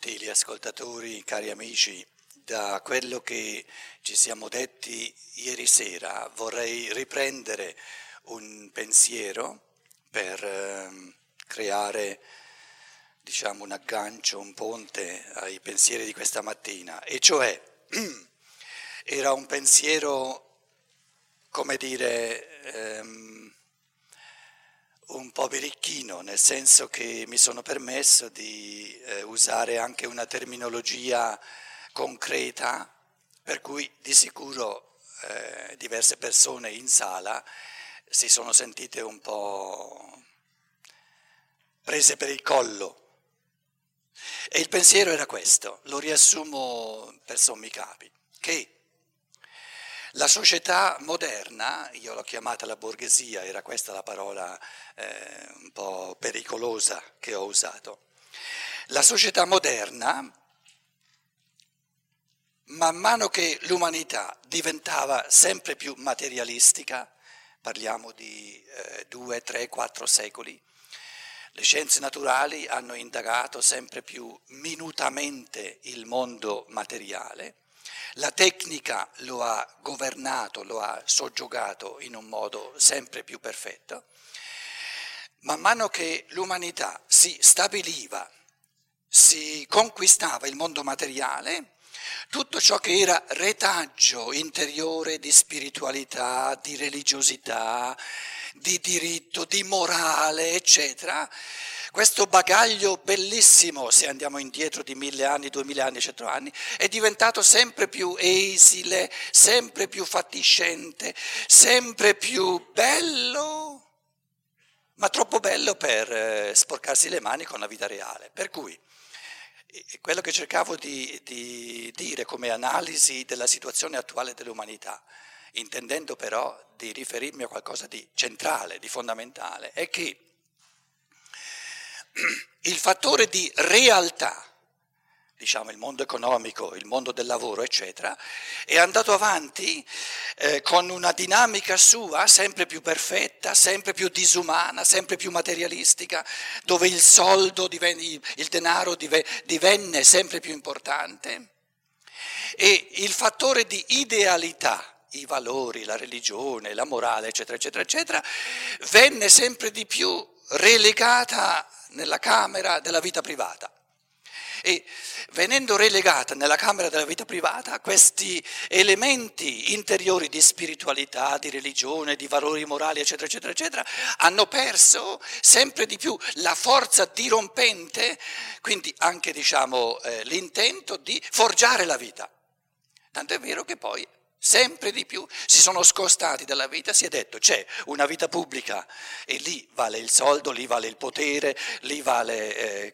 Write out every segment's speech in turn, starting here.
Gentili ascoltatori, cari amici, da quello che ci siamo detti ieri sera vorrei riprendere un pensiero per creare, un aggancio, un ponte ai pensieri di questa mattina, e cioè era un pensiero, come dire, un po' birichino, nel senso che mi sono permesso di usare anche una terminologia concreta, per cui di sicuro diverse persone in sala si sono sentite un po' prese per il collo. E il pensiero era questo, lo riassumo per sommi capi, che la società moderna, io l'ho chiamata la borghesia, era questa la parola un po' pericolosa che ho usato. La società moderna, man mano che l'umanità diventava sempre più materialistica, parliamo di 2, 3, 4 secoli, le scienze naturali hanno indagato sempre più minutamente il mondo materiale. La tecnica lo ha governato, lo ha soggiogato in un modo sempre più perfetto. Man mano che l'umanità si stabiliva, si conquistava il mondo materiale, tutto ciò che era retaggio interiore di spiritualità, di religiosità, di diritto, di morale, eccetera, questo bagaglio bellissimo, se andiamo indietro di 1000 anni, 2000 anni, 100 anni, è diventato sempre più esile, sempre più fatiscente, sempre più bello, ma troppo bello per sporcarsi le mani con la vita reale. Per cui quello che cercavo di dire come analisi della situazione attuale dell'umanità, intendendo però di riferirmi a qualcosa di centrale, di fondamentale, è che il fattore di realtà, il mondo economico, il mondo del lavoro, eccetera, è andato avanti con una dinamica sua sempre più perfetta, sempre più disumana, sempre più materialistica, dove il soldo, il denaro divenne sempre più importante, e il fattore di idealità, i valori, la religione, la morale, eccetera, eccetera, eccetera, venne sempre di più relegata nella camera della vita privata. E venendo relegata nella camera della vita privata, questi elementi interiori di spiritualità, di religione, di valori morali, eccetera, eccetera, eccetera, hanno perso sempre di più la forza dirompente, quindi anche l'intento di forgiare la vita. Tanto è vero che poi sempre di più si sono scostati dalla vita, si è detto c'è una vita pubblica e lì vale il soldo, lì vale il potere, lì vale,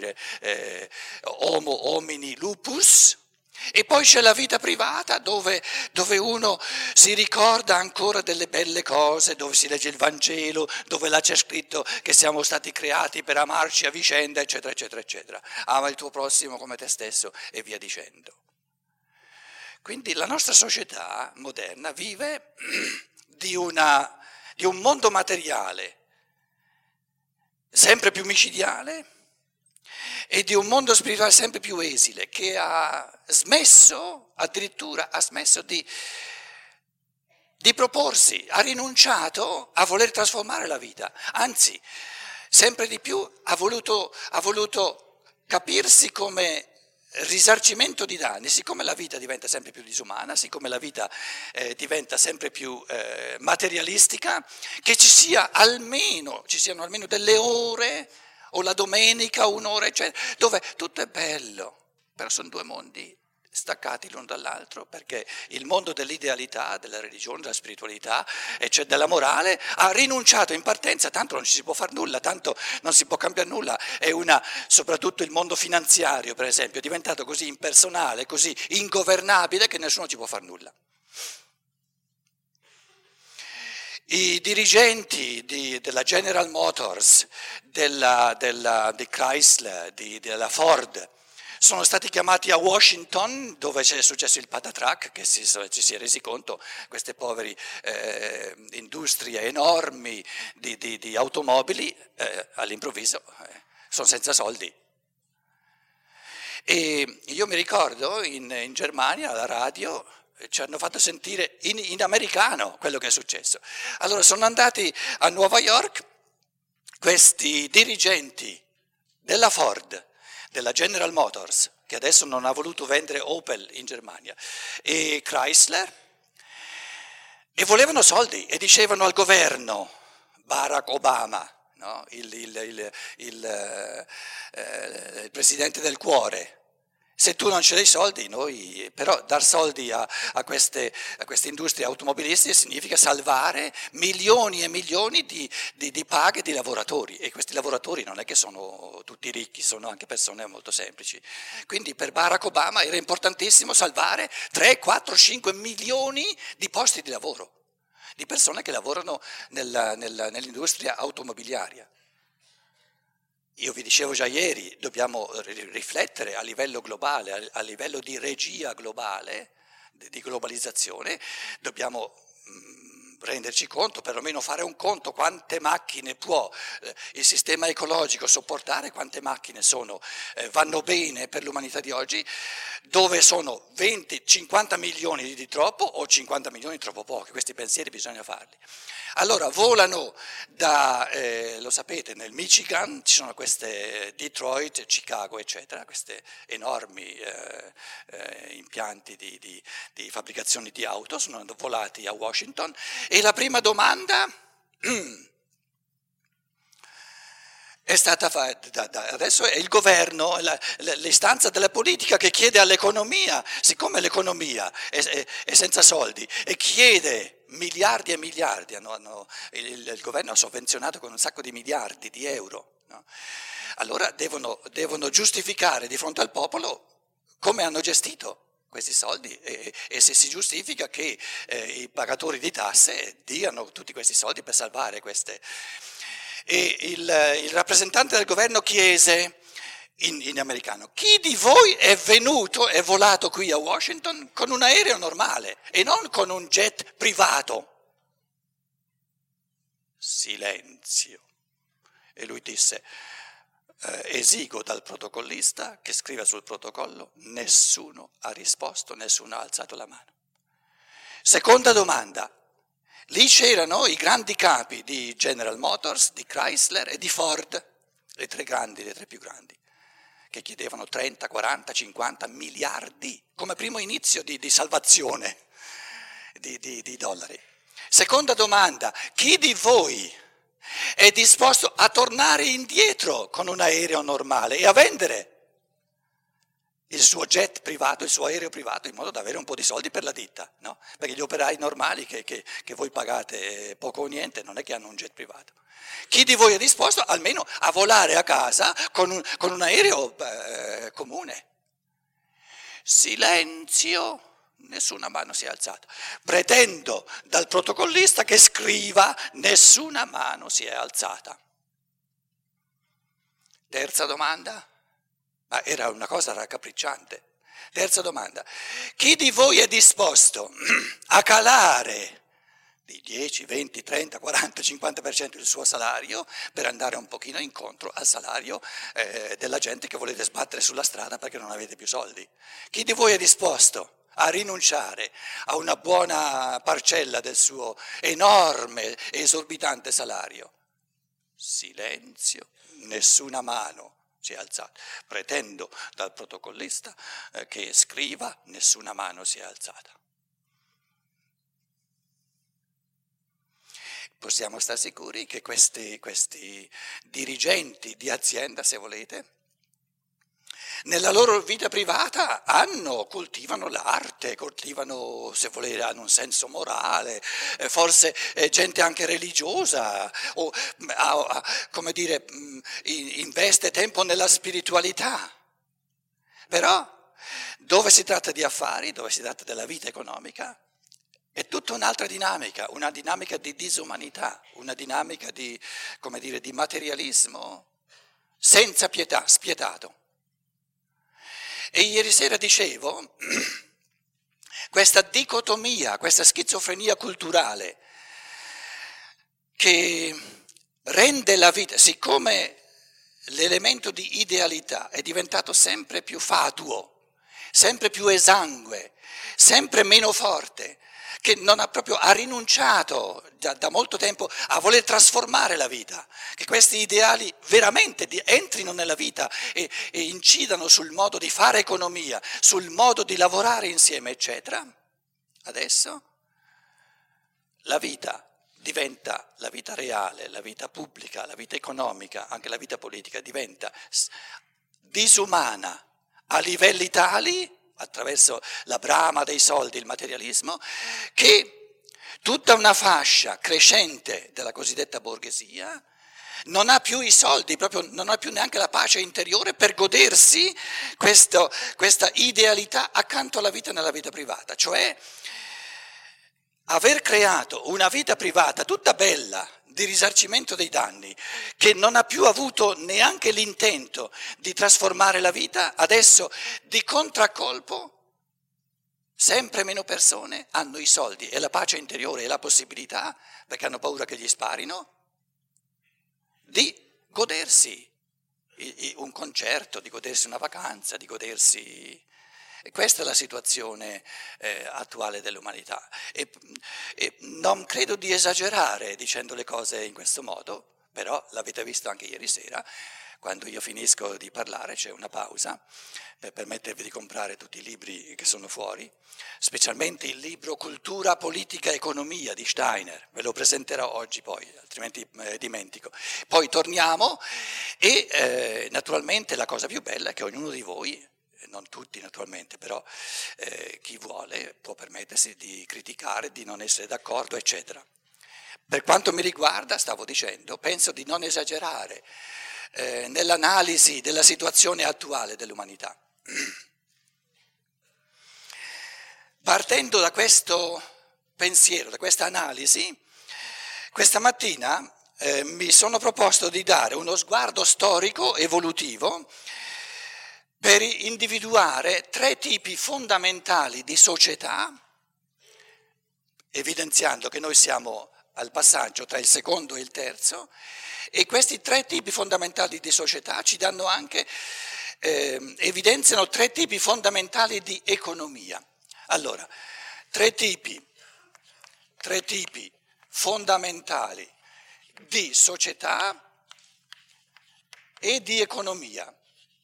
homo homini lupus, e poi c'è la vita privata dove uno si ricorda ancora delle belle cose, dove si legge il Vangelo, dove là c'è scritto che siamo stati creati per amarci a vicenda, eccetera, eccetera, eccetera. Ama il tuo prossimo come te stesso e via dicendo. Quindi la nostra società moderna vive di un mondo materiale sempre più micidiale e di un mondo spirituale sempre più esile, che addirittura ha smesso di proporsi, ha rinunciato a voler trasformare la vita, anzi sempre di più ha voluto capirsi come risarcimento di danni. Siccome la vita diventa sempre più disumana, siccome la vita diventa sempre più materialistica, che ci siano almeno delle ore, o la domenica, un'ora, eccetera, dove tutto è bello, però sono due mondi staccati l'uno dall'altro, perché il mondo dell'idealità, della religione, della spiritualità e cioè della morale ha rinunciato in partenza, tanto non ci si può fare nulla, tanto non si può cambiare nulla, soprattutto il mondo finanziario per esempio è diventato così impersonale, così ingovernabile che nessuno ci può fare nulla. I dirigenti della General Motors, di Chrysler, della Ford, sono stati chiamati a Washington, dove c'è successo il patatrac, che ci si è resi conto, queste povere industrie enormi di automobili all'improvviso sono senza soldi. E io mi ricordo in Germania, alla radio, ci hanno fatto sentire in americano quello che è successo. Allora sono andati a New York questi dirigenti della Ford, della General Motors, che adesso non ha voluto vendere Opel in Germania, e Chrysler, e volevano soldi e dicevano al governo, Barack Obama, no? Il presidente del cuore, se tu non ce l'hai soldi, noi, però dar soldi a queste industrie automobilistiche significa salvare milioni e milioni di paghe di lavoratori, e questi lavoratori non è che sono tutti ricchi, sono anche persone molto semplici. Quindi per Barack Obama era importantissimo salvare 3, 4, 5 milioni di posti di lavoro, di persone che lavorano nell'industria automobiliaria. Io vi dicevo già ieri, dobbiamo riflettere a livello globale, a livello di regia globale, di globalizzazione, dobbiamo renderci conto, perlomeno fare un conto, quante macchine può il sistema ecologico sopportare, quante macchine vanno bene per l'umanità di oggi, dove sono 20, 50 milioni di troppo o 50 milioni di troppo pochi. Questi pensieri bisogna farli. Allora volano lo sapete, nel Michigan ci sono queste, Detroit, Chicago, eccetera, queste enormi impianti di fabbricazione di auto, sono volati a Washington, e la prima domanda è stata fatta, adesso è il governo, l'istanza della politica che chiede all'economia, siccome l'economia è senza soldi e chiede miliardi e miliardi, il governo ha sovvenzionato con un sacco di miliardi di euro, no? Allora devono giustificare di fronte al popolo come hanno gestito questi soldi, e se si giustifica che i pagatori di tasse diano tutti questi soldi per salvare queste. E il rappresentante del governo chiese in americano: chi di voi è volato qui a Washington con un aereo normale e non con un jet privato? Silenzio. E lui disse: esigo dal protocollista che scrive sul protocollo. Nessuno ha risposto, nessuno ha alzato la mano. Seconda domanda. Lì c'erano i grandi capi di General Motors, di Chrysler e di Ford, le tre più grandi, che chiedevano 30, 40, 50 miliardi come primo inizio di salvazione di dollari. Seconda domanda, chi di voi è disposto a tornare indietro con un aereo normale e a vendere il suo jet privato, il suo aereo privato, in modo da avere un po' di soldi per la ditta, no? Perché gli operai normali che voi pagate poco o niente non è che hanno un jet privato. Chi di voi è disposto almeno a volare a casa con un aereo comune? Silenzio, nessuna mano si è alzata. Pretendo dal protocollista che scriva, nessuna mano si è alzata. Terza domanda. Ma era una cosa raccapricciante. Terza domanda, chi di voi è disposto a calare di 10, 20, 30, 40, 50% il suo salario per andare un pochino incontro al salario della gente che volete sbattere sulla strada perché non avete più soldi? Chi di voi è disposto a rinunciare a una buona parcella del suo enorme, esorbitante salario? Silenzio, nessuna mano si è alzata. Pretendo dal protocollista che scriva, nessuna mano si è alzata. Possiamo stare sicuri che questi dirigenti di azienda, se volete, nella loro vita privata coltivano l'arte, coltivano, se volete, hanno un senso morale, forse gente anche religiosa, o come dire, investe tempo nella spiritualità. Però dove si tratta di affari, dove si tratta della vita economica, è tutta un'altra dinamica, una dinamica di disumanità, una dinamica di materialismo senza pietà, spietato. E ieri sera dicevo, questa dicotomia, questa schizofrenia culturale che rende la vita, siccome l'elemento di idealità è diventato sempre più fatuo, sempre più esangue, sempre meno forte, che non ha proprio, ha rinunciato da molto tempo a voler trasformare la vita, che questi ideali veramente entrino nella vita e incidano sul modo di fare economia, sul modo di lavorare insieme, eccetera. Adesso la vita diventa, la vita reale, la vita pubblica, la vita economica, anche la vita politica diventa disumana a livelli tali, attraverso la brama dei soldi, il materialismo, che tutta una fascia crescente della cosiddetta borghesia non ha più i soldi, proprio non ha più neanche la pace interiore per godersi questa idealità accanto alla vita nella vita privata, cioè aver creato una vita privata tutta bella di risarcimento dei danni, che non ha più avuto neanche l'intento di trasformare la vita, adesso di contraccolpo sempre meno persone hanno i soldi e la pace interiore e la possibilità, perché hanno paura che gli sparino, di godersi un concerto, di godersi una vacanza, di godersi... E questa è la situazione attuale dell'umanità e non credo di esagerare dicendo le cose in questo modo, però l'avete visto anche ieri sera, quando io finisco di parlare c'è una pausa per permettervi di comprare tutti i libri che sono fuori, specialmente il libro Cultura, Politica e Economia di Steiner, ve lo presenterò oggi poi, altrimenti dimentico. Poi torniamo e naturalmente la cosa più bella è che ognuno di voi, non tutti naturalmente, però chi vuole può permettersi di criticare, di non essere d'accordo, eccetera. Per quanto mi riguarda, stavo dicendo, penso di non esagerare nell'analisi della situazione attuale dell'umanità. Partendo da questo pensiero, da questa analisi, questa mattina mi sono proposto di dare uno sguardo storico, evolutivo, per individuare tre tipi fondamentali di società, evidenziando che noi siamo al passaggio tra il secondo e il terzo, e questi tre tipi fondamentali di società ci danno anche, evidenziano tre tipi fondamentali di economia. Allora, tre tipi fondamentali di società e di economia.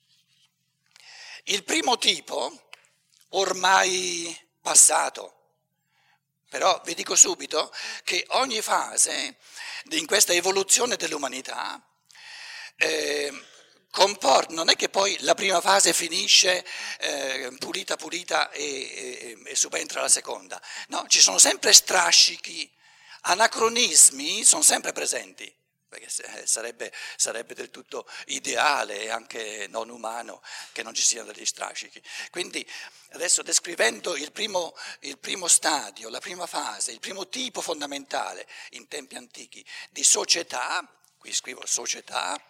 Il primo tipo, ormai passato, però vi dico subito che ogni fase in questa evoluzione dell'umanità comporta, non è che poi la prima fase finisce pulita e subentra la seconda, no, ci sono sempre strascichi, anacronismi sono sempre presenti. Perché sarebbe del tutto ideale e anche non umano che non ci siano degli strascichi. Quindi adesso descrivendo il primo stadio, la prima fase, il primo tipo fondamentale in tempi antichi di società, qui scrivo società,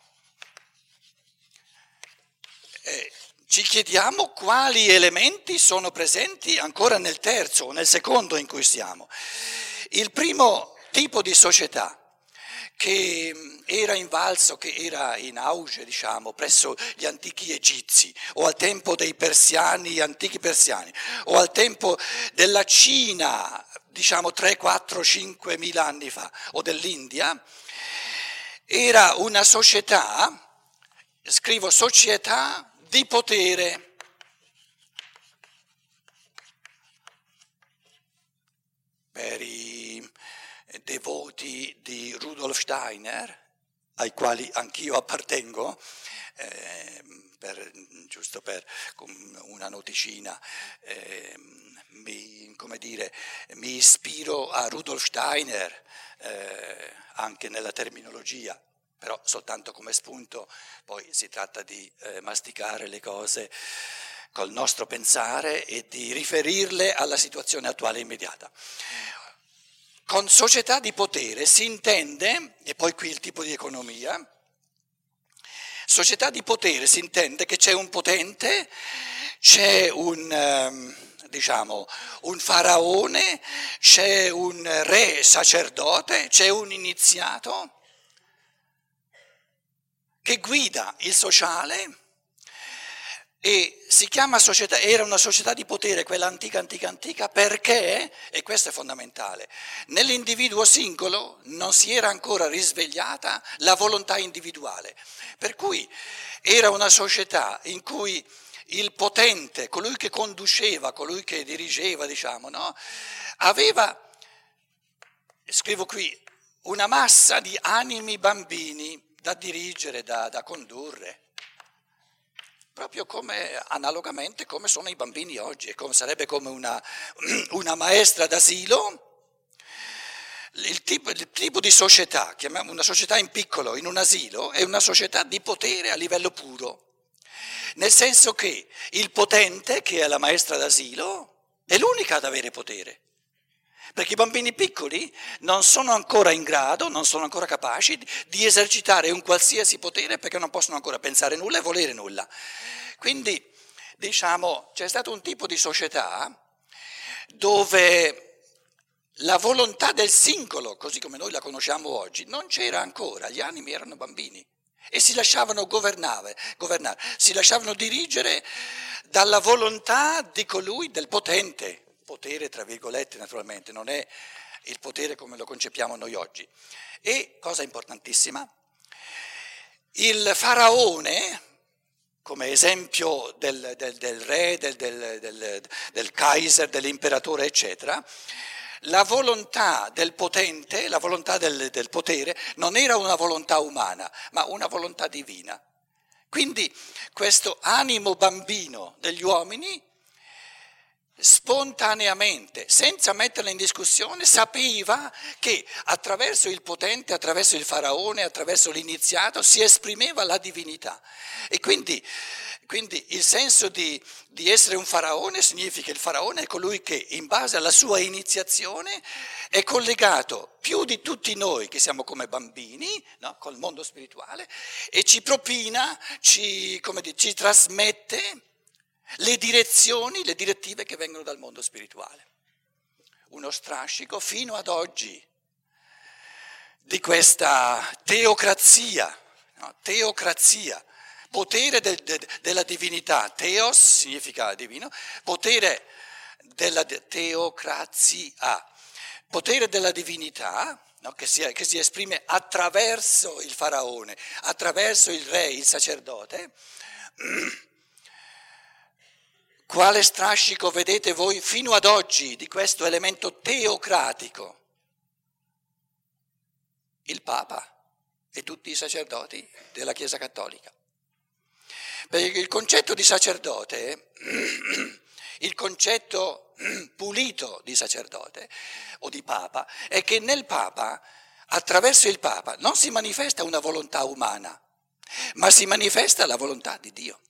ci chiediamo quali elementi sono presenti ancora nel terzo o nel secondo in cui siamo. Il primo tipo di società che era invalso, che era in auge, diciamo, presso gli antichi egizi, o al tempo dei persiani, antichi persiani, o al tempo della Cina, diciamo 3, 4, 5 mila anni fa, o dell'India, era una società, scrivo società di potere. Per i devoti di Rudolf Steiner, ai quali anch'io appartengo, giusto per una noticina, mi ispiro a Rudolf Steiner anche nella terminologia, però soltanto come spunto, poi si tratta di masticare le cose col nostro pensare e di riferirle alla situazione attuale e immediata. Con società di potere si intende, e poi qui il tipo di economia, società di potere si intende che c'è un potente, c'è un faraone, c'è un re sacerdote, c'è un iniziato che guida il sociale e si chiama società, era una società di potere, quella antica, perché, e questo è fondamentale, nell'individuo singolo non si era ancora risvegliata la volontà individuale, per cui era una società in cui il potente, colui che conduceva, colui che dirigeva, diciamo, no? Aveva, scrivo qui, una massa di animi bambini da dirigere, da condurre. Proprio come, analogamente, come sono i bambini oggi, sarebbe come una maestra d'asilo. Il tipo di società, chiamiamo una società in piccolo, in un asilo, è una società di potere a livello puro, nel senso che il potente, che è la maestra d'asilo, è l'unica ad avere potere. Perché i bambini piccoli non sono ancora in grado, non sono ancora capaci di esercitare un qualsiasi potere perché non possono ancora pensare nulla e volere nulla. Quindi, diciamo, c'è stato un tipo di società dove la volontà del singolo, così come noi la conosciamo oggi, non c'era ancora, gli animi erano bambini e si lasciavano governare, si lasciavano dirigere dalla volontà di colui, del potente. Potere tra virgolette naturalmente, non è il potere come lo concepiamo noi oggi. E, cosa importantissima, il faraone, come esempio del re, del Kaiser, dell'imperatore, eccetera, la volontà del potente, la volontà del potere, non era una volontà umana, ma una volontà divina. Quindi questo animo bambino degli uomini, spontaneamente, senza metterla in discussione, sapeva che attraverso il potente, attraverso il faraone, attraverso l'iniziato si esprimeva la divinità. E quindi il senso di essere un faraone significa che il faraone è colui che in base alla sua iniziazione è collegato più di tutti noi che siamo come bambini, no? Col mondo spirituale, e ci propina, ci trasmette le direzioni, le direttive che vengono dal mondo spirituale. Uno strascico fino ad oggi di questa teocrazia, no? Teocrazia, potere della divinità, theos significa divino, potere della teocrazia, potere della divinità, no? che si esprime attraverso il faraone, attraverso il re, il sacerdote. Quale strascico vedete voi fino ad oggi di questo elemento teocratico? Il Papa e tutti i sacerdoti della Chiesa Cattolica. Perché il concetto di sacerdote, il concetto pulito di sacerdote o di Papa, è che nel Papa, attraverso il Papa, non si manifesta una volontà umana, ma si manifesta la volontà di Dio.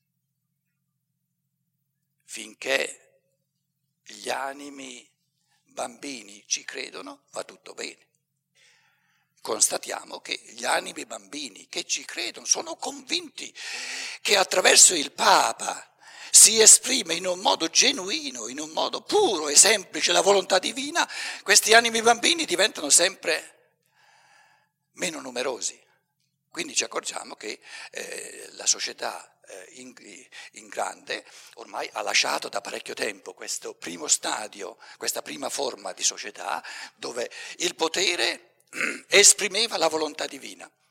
Finché gli animi bambini ci credono, va tutto bene. Constatiamo che gli animi bambini che ci credono sono convinti che attraverso il Papa si esprime in un modo genuino, in un modo puro e semplice la volontà divina. Questi animi bambini diventano sempre meno numerosi. Quindi ci accorgiamo che la società in grande ormai ha lasciato da parecchio tempo questo primo stadio, questa prima forma di società dove il potere esprimeva la volontà divina.